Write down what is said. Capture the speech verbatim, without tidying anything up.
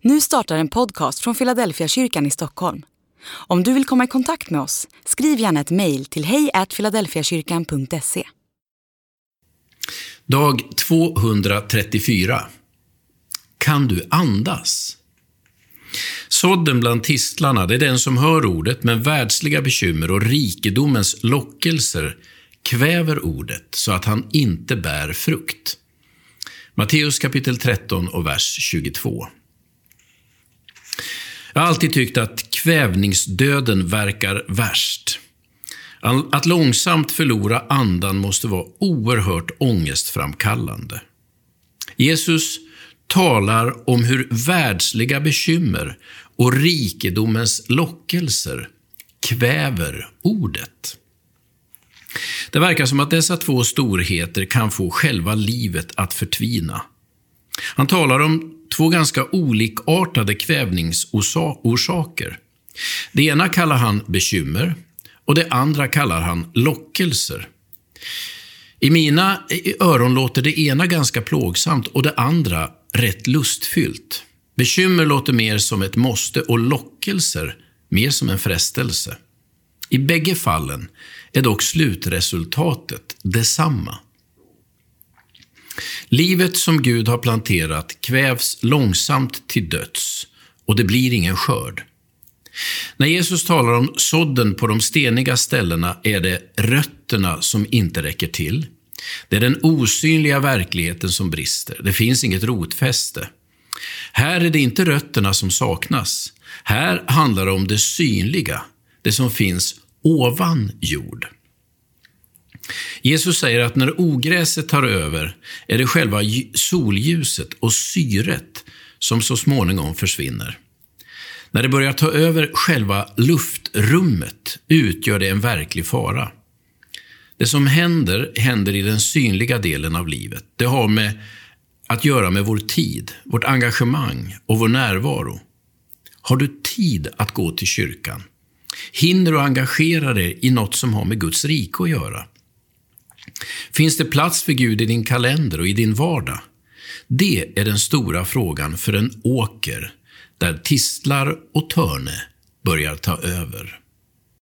Nu startar en podcast från Philadelphia kyrkan i Stockholm. Om du vill komma i kontakt med oss, skriv gärna ett mejl till hej at philadelphiakyrkan punkt se. Dag tvåhundratrettiofyra. Kan du andas? Sådden bland tistlarna, det är den som hör ordet, men världsliga bekymmer och rikedomens lockelser kväver ordet så att han inte bär frukt. Matteus kapitel tretton och vers tjugotvå. Jag har alltid tyckt att kvävningsdöden verkar värst. Att långsamt förlora andan måste vara oerhört ångestframkallande. Jesus talar om hur världsliga bekymmer och rikedomens lockelser kväver ordet. Det verkar som att dessa två storheter kan få själva livet att förtvina. Han talar om två ganska olikartade kvävningsorsaker. Det ena kallar han bekymmer och det andra kallar han lockelser. I mina öron låter det ena ganska plågsamt och det andra rätt lustfyllt. Bekymmer låter mer som ett måste och lockelser mer som en frestelse. I bägge fallen är dock slutresultatet detsamma. Livet som Gud har planterat kvävs långsamt till döds och det blir ingen skörd. När Jesus talar om sådden på de steniga ställena är det rötterna som inte räcker till. Det är den osynliga verkligheten som brister. Det finns inget rotfäste. Här är det inte rötterna som saknas. Här handlar det om det synliga, det som finns ovan jord. Jesus säger att när ogräset tar över är det själva solljuset och syret som så småningom försvinner. När det börjar ta över själva luftrummet utgör det en verklig fara. Det som händer, händer i den synliga delen av livet. Det har med att göra med vår tid, vårt engagemang och vår närvaro. Har du tid att gå till kyrkan? Hinner du engagera dig i något som har med Guds rike att göra? Finns det plats för Gud i din kalender och i din vardag? Det är den stora frågan för en åker där tistlar och törne börjar ta över.